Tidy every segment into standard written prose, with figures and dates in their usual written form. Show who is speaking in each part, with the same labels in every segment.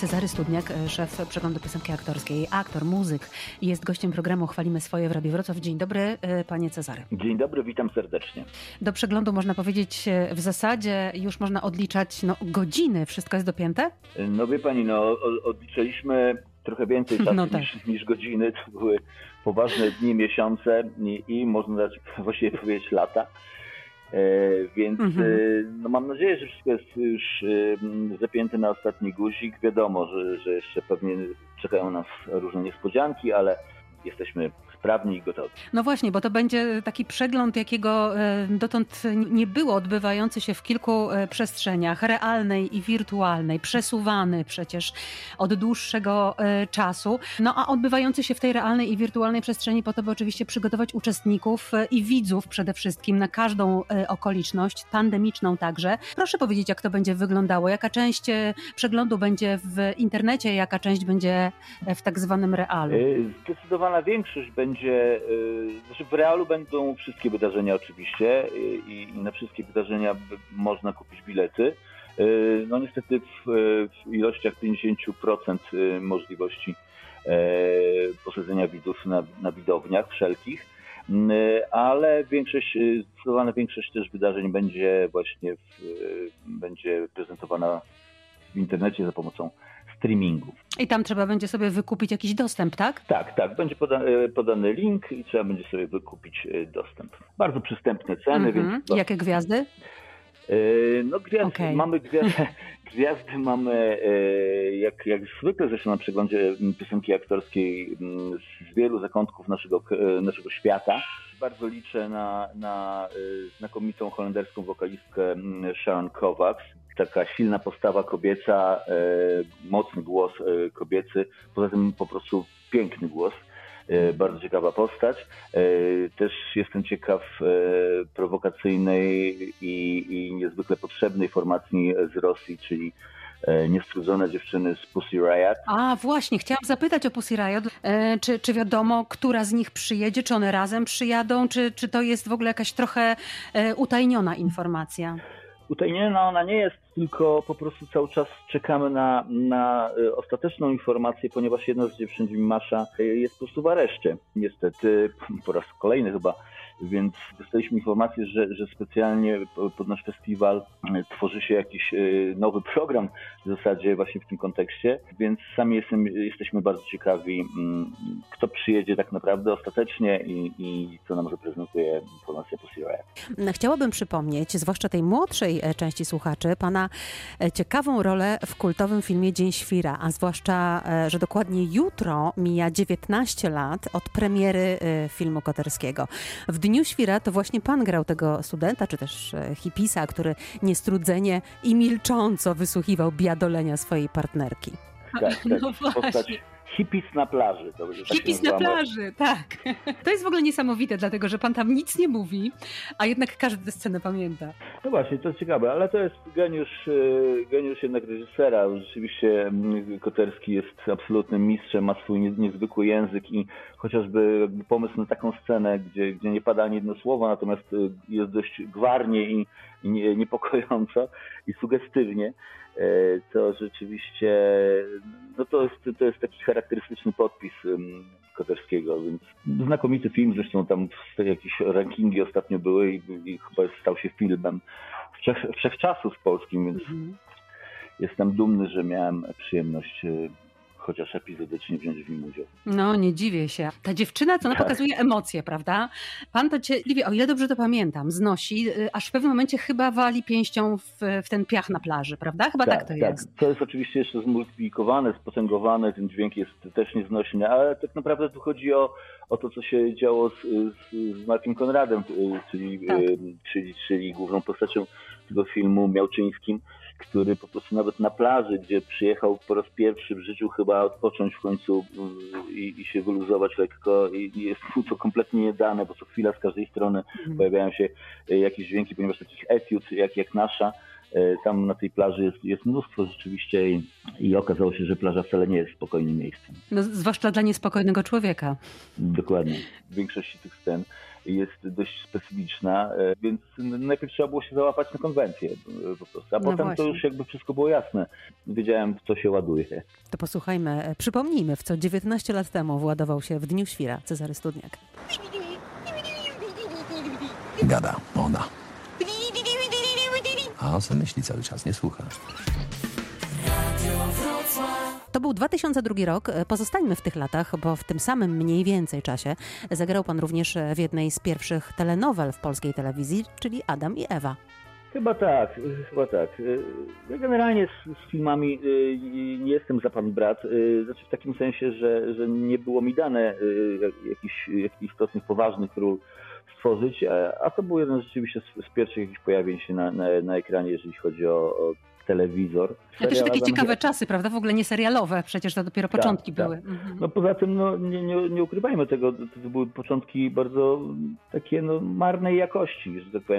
Speaker 1: Cezary Studniak, szef Przeglądu Piosenki Aktorskiej, aktor, muzyk, jest gościem programu Chwalimy Swoje w Radiu Wrocław. Dzień dobry, panie Cezary.
Speaker 2: Dzień dobry, witam serdecznie.
Speaker 1: Do przeglądu można powiedzieć w zasadzie już można odliczać godziny. Wszystko jest dopięte?
Speaker 2: No wie pani, odliczyliśmy trochę więcej czasu niż godziny. To były poważne dni, miesiące i można właściwie powiedzieć lata. Więc mam nadzieję, że wszystko jest już zapięte na ostatni guzik. Wiadomo, że jeszcze pewnie czekają nas różne niespodzianki, ale jesteśmy sprawni i gotowi.
Speaker 1: No właśnie, bo to będzie taki przegląd, jakiego dotąd nie było, odbywający się w kilku przestrzeniach, realnej i wirtualnej, przesuwany przecież od dłuższego czasu. No a odbywający się w tej realnej i wirtualnej przestrzeni po to, by oczywiście przygotować uczestników i widzów przede wszystkim na każdą okoliczność, pandemiczną także. Proszę powiedzieć, jak to będzie wyglądało, jaka część przeglądu będzie w internecie, jaka część będzie w tak zwanym realu?
Speaker 2: Zdecydowana większość będzie, w realu będą wszystkie wydarzenia oczywiście i na wszystkie wydarzenia można kupić bilety. No niestety w ilościach 50% możliwości posiedzenia widzów na widowniach wszelkich, ale zdecydowana większość też wydarzeń będzie właśnie będzie prezentowana w internecie za pomocą streamingu.
Speaker 1: I tam trzeba będzie sobie wykupić jakiś dostęp, tak?
Speaker 2: Tak. Będzie podany link i trzeba będzie sobie wykupić dostęp. Bardzo przystępne ceny. Więc
Speaker 1: Jakie gwiazdy?
Speaker 2: Mamy gwiazdy mamy jak zwykle zresztą na przeglądzie piosenki aktorskiej z wielu zakątków naszego świata. Bardzo liczę na znakomitą holenderską wokalistkę Sharon Kovacs. Taka silna postawa kobieca, mocny głos kobiecy, poza tym po prostu piękny głos, bardzo ciekawa postać. Też jestem ciekaw prowokacyjnej i niezwykle potrzebnej formacji z Rosji, czyli Niestrudzone dziewczyny z Pussy Riot.
Speaker 1: A właśnie, chciałam zapytać o Pussy Riot. Czy wiadomo, która z nich przyjedzie? Czy one razem przyjadą? Czy to jest w ogóle jakaś trochę utajniona informacja?
Speaker 2: Utajniona ona nie jest, tylko po prostu cały czas czekamy na ostateczną informację, ponieważ jedna z dziewczyn, Masza, jest po prostu w areszcie. Niestety, po raz kolejny chyba, więc dostaliśmy informację, że specjalnie pod nasz festiwal tworzy się jakiś nowy program w zasadzie właśnie w tym kontekście, więc sami jesteśmy bardzo ciekawi, kto przyjedzie tak naprawdę ostatecznie i co nam zaprezentuje formacja Pussy Riot.
Speaker 1: Chciałabym przypomnieć, zwłaszcza tej młodszej części słuchaczy, pana ciekawą rolę w kultowym filmie Dzień Świra, a zwłaszcza, że dokładnie jutro mija 19 lat od premiery filmu Koterskiego. W Dniu Świra to właśnie pan grał tego studenta, czy też hipisa, który niestrudzenie i milcząco wysłuchiwał biadolenia swojej partnerki.
Speaker 2: Tak, no właśnie. Hipis na plaży.
Speaker 1: Hipis na plaży, tak. To jest w ogóle niesamowite, dlatego że pan tam nic nie mówi, a jednak każdy tę scenę pamięta.
Speaker 2: No właśnie, to jest ciekawe, ale to jest geniusz jednak reżysera. Rzeczywiście Koterski jest absolutnym mistrzem, ma swój niezwykły język i chociażby pomysł na taką scenę, gdzie nie pada ani jedno słowo, natomiast jest dość gwarnie i niepokojąco i sugestywnie, to rzeczywiście to jest taki charakterystyczny podpis Koterskiego, więc znakomity film, zresztą tam jakieś rankingi ostatnio były i chyba stał się filmem wszechczasów polskim, więc jestem dumny, że miałem przyjemność chociaż epizodycznie wziąć w nim udział.
Speaker 1: No, nie dziwię się. Ta dziewczyna, co ona pokazuje emocje, prawda? Pan to cierpliwie, o ile dobrze to pamiętam, znosi, aż w pewnym momencie chyba wali pięścią w ten piach na plaży, prawda? Chyba tak to jest.
Speaker 2: Tak. To jest oczywiście jeszcze zmultiplikowane, spotęgowane, ten dźwięk jest też nieznośny, ale tak naprawdę tu chodzi o to, co się działo z Markiem Konradem, czyli główną postacią tego filmu, Miałczyńskim, który po prostu nawet na plaży, gdzie przyjechał po raz pierwszy w życiu chyba odpocząć w końcu i się wyluzować lekko i jest mu to kompletnie nie dane, bo co chwila z każdej strony pojawiają się jakieś dźwięki, ponieważ takich etiud jak nasza, tam na tej plaży jest mnóstwo rzeczywiście i okazało się, że plaża wcale nie jest spokojnym miejscem.
Speaker 1: No, zwłaszcza dla niespokojnego człowieka.
Speaker 2: Dokładnie. W większości tych scen jest dość specyficzna, więc najpierw trzeba było się załapać na konwencję po prostu, a potem to już jakby wszystko było jasne. Wiedziałem, w co się ładuje.
Speaker 1: To posłuchajmy, przypomnijmy, w co 19 lat temu władował się w Dniu Świra Cezary Studniak.
Speaker 3: Gada, ona. A on se myśli cały czas, nie słucha.
Speaker 1: To był 2002 rok. Pozostańmy w tych latach, bo w tym samym mniej więcej czasie zagrał pan również w jednej z pierwszych telenowel w polskiej telewizji, czyli Adam i Ewa.
Speaker 2: Chyba tak. Ja generalnie z filmami nie jestem za pan brat, znaczy w takim sensie, że nie było mi dane jakichś istotnych, poważnych ról stworzyć, a to był jeden rzeczywiście z pierwszych jakichś pojawień się na ekranie, jeżeli chodzi o telewizor.
Speaker 1: To też takie ciekawe czasy, prawda? W ogóle nie serialowe, przecież to dopiero początki były.
Speaker 2: Mhm. No poza tym nie ukrywajmy tego, to były początki bardzo takie marnej jakości, że tak powiem.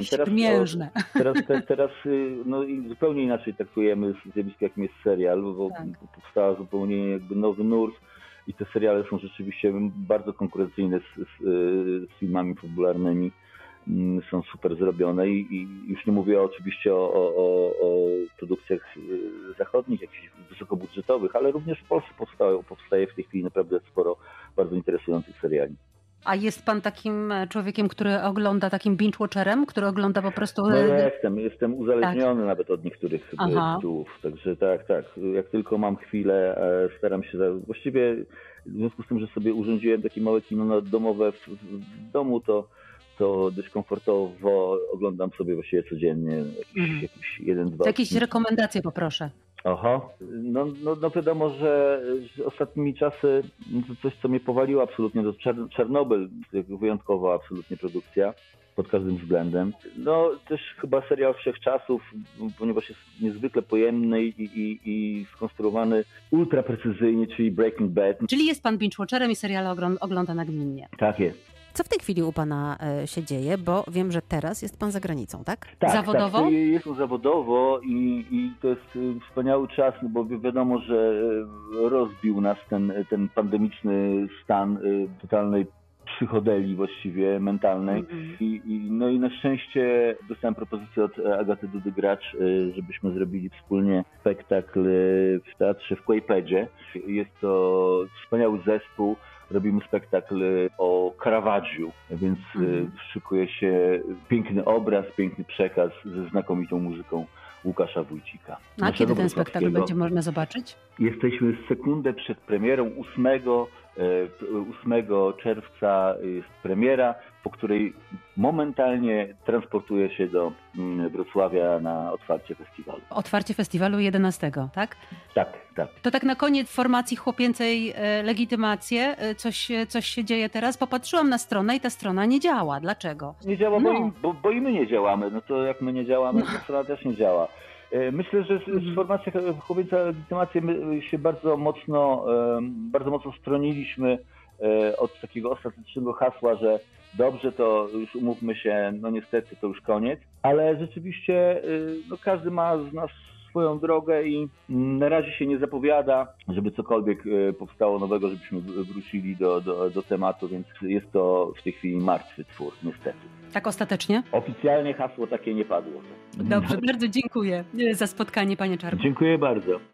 Speaker 2: Teraz zupełnie inaczej traktujemy zjawisko, jakim jest serial, bo powstała zupełnie jakby nowy nurt i te seriale są rzeczywiście bardzo konkurencyjne z filmami fabularnymi. Są super zrobione i już nie mówię oczywiście o produkcjach zachodnich, jakichś wysokobudżetowych, ale również w Polsce powstaje w tej chwili naprawdę sporo bardzo interesujących seriali.
Speaker 1: A jest pan takim człowiekiem, który ogląda, takim binge-watcherem, który ogląda po prostu...
Speaker 2: No jestem uzależniony nawet od niektórych tytułów, także tak. Jak tylko mam chwilę, staram się, właściwie w związku z tym, że sobie urządziłem takie małe kino domowe w domu, to dość komfortowo oglądam sobie właściwie codziennie jakiś 1-2.
Speaker 1: To jakieś rekomendacje poproszę.
Speaker 2: No wiadomo, że ostatnimi czasy to coś, co mnie powaliło absolutnie, to Czarnobyl, wyjątkowa absolutnie produkcja pod każdym względem. No też chyba serial wszechczasów, ponieważ jest niezwykle pojemny i skonstruowany ultra precyzyjnie, czyli Breaking Bad.
Speaker 1: Czyli jest pan binge-watcherem i seriale ogląda nagminnie.
Speaker 2: Tak jest.
Speaker 1: Co w tej chwili u pana się dzieje? Bo wiem, że teraz jest pan za granicą, tak?
Speaker 2: Tak,
Speaker 1: zawodowo?
Speaker 2: Tak, jestem zawodowo i to jest wspaniały czas, no bo wiadomo, że rozbił nas ten pandemiczny stan totalnej psychodelii właściwie mentalnej. No i na szczęście dostałem propozycję od Agaty Dudy-Gracz, żebyśmy zrobili wspólnie spektakl w teatrze w Kłajpedzie. Jest to wspaniały zespół. Robimy spektakl o Caravaggiu, więc szykuje się piękny obraz, piękny przekaz ze znakomitą muzyką Łukasza Wójcika.
Speaker 1: A kiedy ten spektakl będzie można zobaczyć?
Speaker 2: Jesteśmy sekundę przed premierą, 8 czerwca jest premiera, po której momentalnie transportuje się do Wrocławia na otwarcie festiwalu.
Speaker 1: Otwarcie festiwalu 11, tak?
Speaker 2: Tak.
Speaker 1: To tak na koniec formacji chłopięcej Legitymacje. Coś się dzieje teraz. Popatrzyłam na stronę i ta strona nie działa. Dlaczego?
Speaker 2: Nie działa, bo i my nie działamy. No to jak my nie działamy, to strona też nie działa. Myślę, że formacja chłopięca Legitymacje my się bardzo mocno stroniliśmy od takiego ostatecznego hasła, że dobrze, to już umówmy się, no niestety to już koniec, ale rzeczywiście każdy ma z nas swoją drogę i na razie się nie zapowiada, żeby cokolwiek powstało nowego, żebyśmy wrócili do tematu, więc jest to w tej chwili martwy twór, niestety.
Speaker 1: Tak ostatecznie?
Speaker 2: Oficjalnie hasło takie nie padło.
Speaker 1: Dobrze, bardzo dziękuję za spotkanie, panie Czarku.
Speaker 2: Dziękuję bardzo.